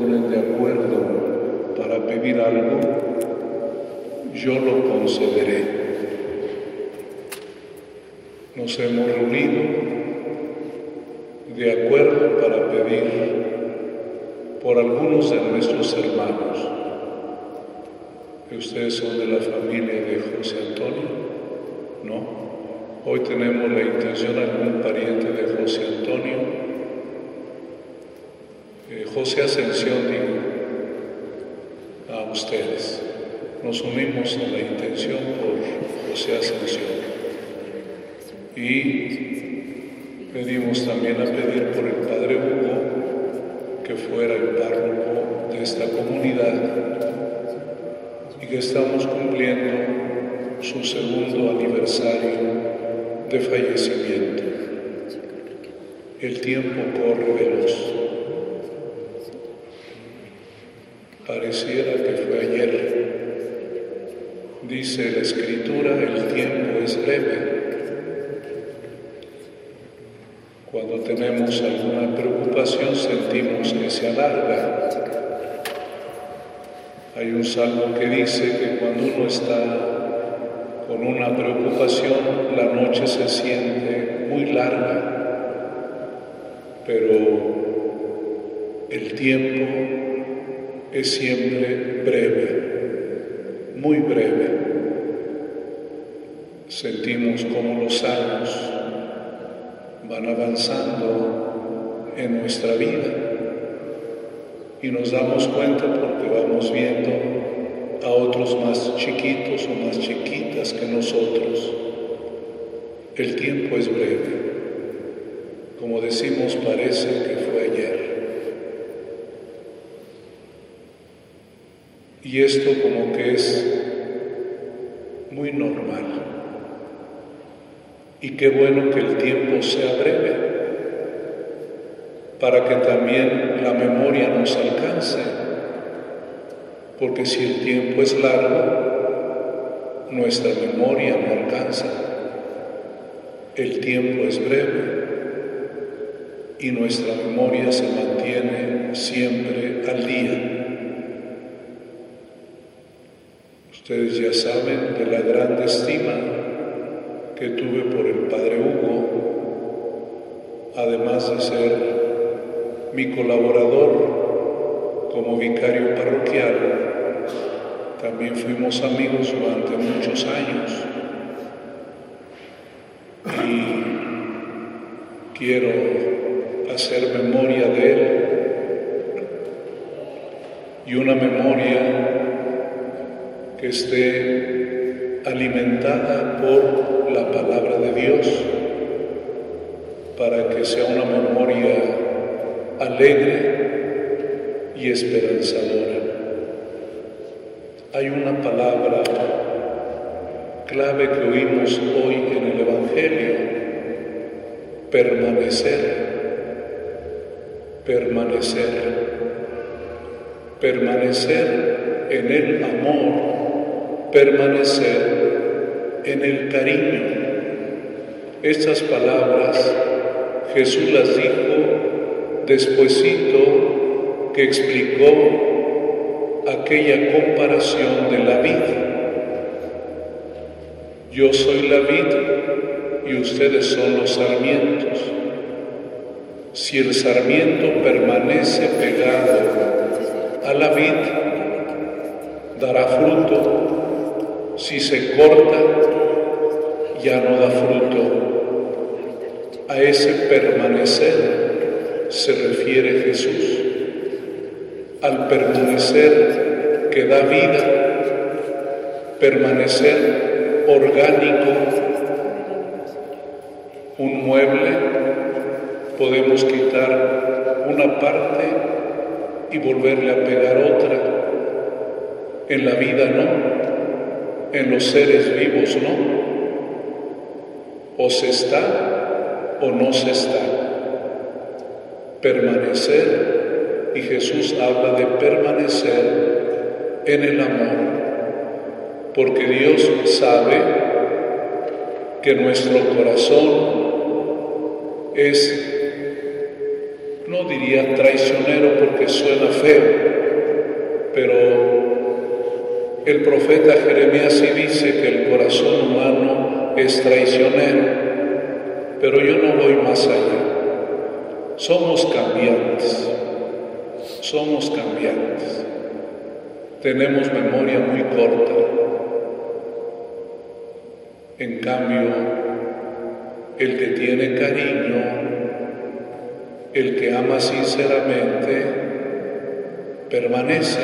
ponen de acuerdo para pedir algo, yo lo concederé. Nos hemos reunido de acuerdo para pedir por algunos de nuestros hermanos. ¿Ustedes son de la familia de José Antonio? ¿No? Hoy tenemos la intención de algún pariente de José Antonio. José Ascensión, digo, a ustedes. Nos unimos a la intención por José Ascensión. Y pedimos también a pedir por el Padre Hugo, que fuera el párroco de esta comunidad, y que estamos cumpliendo su segundo aniversario de fallecimiento. El tiempo corre veloz. Pareciera que fue ayer. Dice la Escritura, el tiempo es breve. Cuando tenemos alguna preocupación sentimos que se alarga. Hay un salmo que dice que cuando uno está con una preocupación, la noche se siente muy larga, pero el tiempo es siempre breve, muy breve. Sentimos como los años van avanzando en nuestra vida y nos damos cuenta porque vamos viendo a otros más chiquitos o más chiquitas que nosotros. El tiempo es breve. Como decimos, parece que fue ayer. Y esto como que es muy normal. Y qué bueno que el tiempo sea breve, para que también la memoria nos alcance. Porque si el tiempo es largo, nuestra memoria no alcanza. El tiempo es breve y nuestra memoria se mantiene siempre al día. Ustedes ya saben de la gran estima que tuve por el Padre Hugo, además de ser mi colaborador como vicario parroquial. También fuimos amigos durante muchos años y quiero hacer memoria de él, y una memoria que esté alimentada por la palabra de Dios, para que sea una memoria alegre y esperanzadora. Hay una palabra clave que oímos hoy en el Evangelio: permanecer, permanecer, permanecer en el amor, permanecer en el cariño. Estas palabras Jesús las dijo despuesito que explicó aquella comparación de la vid. Yo soy la vid y ustedes son los sarmientos. Si el sarmiento permanece pegado a la vid, dará fruto. Si se corta, ya no da fruto. A ese permanecer se refiere Jesús. Al permanecer que da vida, permanecer orgánico. Un mueble podemos quitar una parte y volverle a pegar otra. En la vida no, en los seres vivos no. O se está o no se está. Permanecer, y Jesús habla de permanecer en el amor, porque Dios sabe que nuestro corazón es, no no diría traicionero porque suena feo, pero el profeta Jeremías sí dice que el corazón humano es traicionero, pero yo no voy más allá. Somos cambiantes, tenemos memoria muy corta. En cambio, el que tiene cariño, el que ama sinceramente, permanece.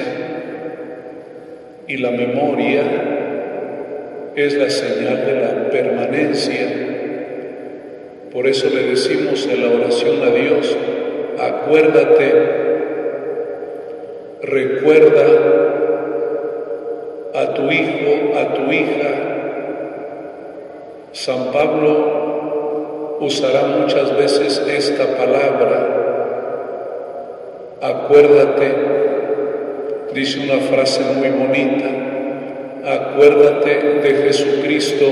Y la memoria es la señal de la permanencia. Por eso le decimos en la oración a Dios: acuérdate, recuerda a tu hijo, a tu hija. San Pablo usará muchas veces esta palabra, acuérdate. Dice una frase muy bonita: acuérdate de Jesucristo.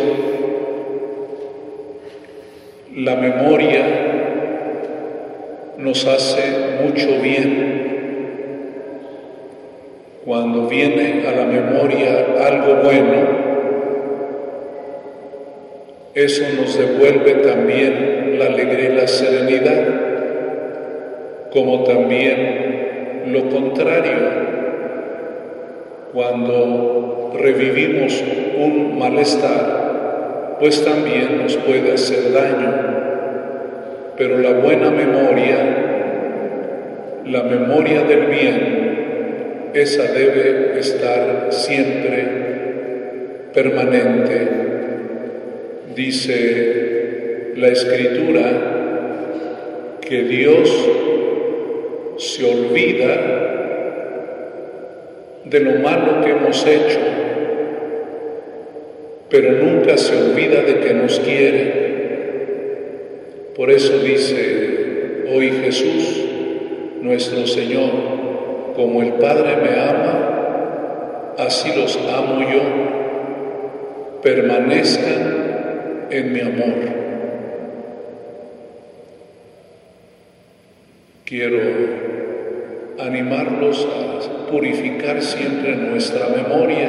La memoria nos hace mucho bien. Cuando viene a la memoria algo bueno, eso nos devuelve también la alegría y la serenidad, como también lo contrario. Cuando revivimos un malestar, pues también nos puede hacer daño. Pero la buena memoria, la memoria del bien, esa debe estar siempre permanente. Dice la Escritura que Dios se olvida de lo malo que hemos hecho, pero nunca se olvida de que nos quiere. Por eso dice hoy Jesús, nuestro Señor: como el Padre me ama, así los amo yo, permanezcan en mi amor. Quiero animarlos a purificar siempre nuestra memoria,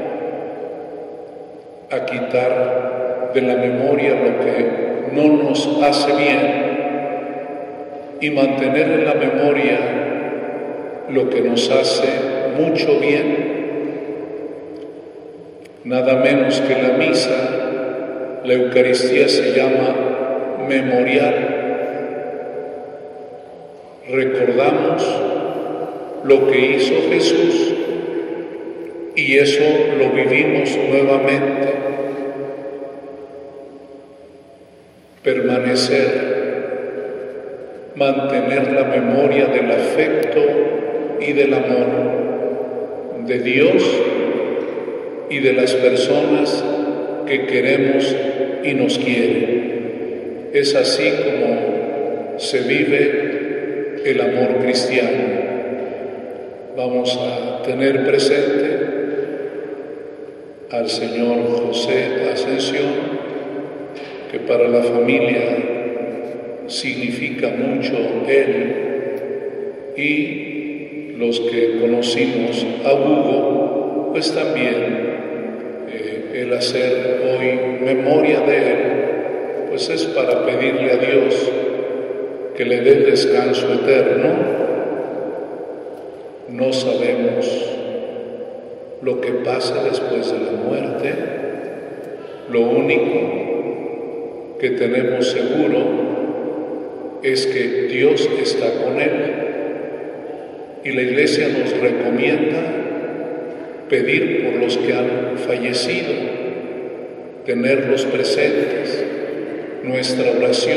a quitar de la memoria lo que no nos hace bien y mantener en la memoria lo que nos hace mucho bien. Nada menos que la misa, la Eucaristía se llama memorial. Recordamos lo que hizo Jesús y eso lo vivimos nuevamente. Permanecer, mantener la memoria del afecto y del amor de Dios y de las personas que queremos y nos quieren. Es así como se vive el amor cristiano. Vamos a tener presente al Señor José Ascensión, que para la familia significa mucho él, y los que conocimos a Hugo, pues también el hacer hoy memoria de él, pues es para pedirle a Dios que le dé el descanso eterno. No sabemos lo que pasa después de la muerte. Lo único que tenemos seguro es que Dios está con él. Y la Iglesia nos recomienda pedir por los que han fallecido, tenerlos presentes, nuestra oración,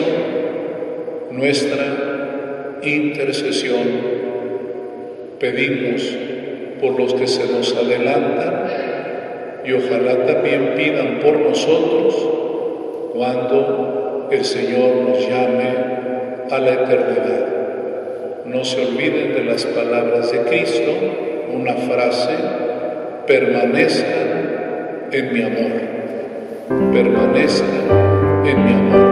nuestra intercesión. Pedimos por los que se nos adelantan y ojalá también pidan por nosotros cuando el Señor nos llame a la eternidad. No se olviden de las palabras de Cristo, una frase: permanezcan en mi amor, permanezcan en mi amor.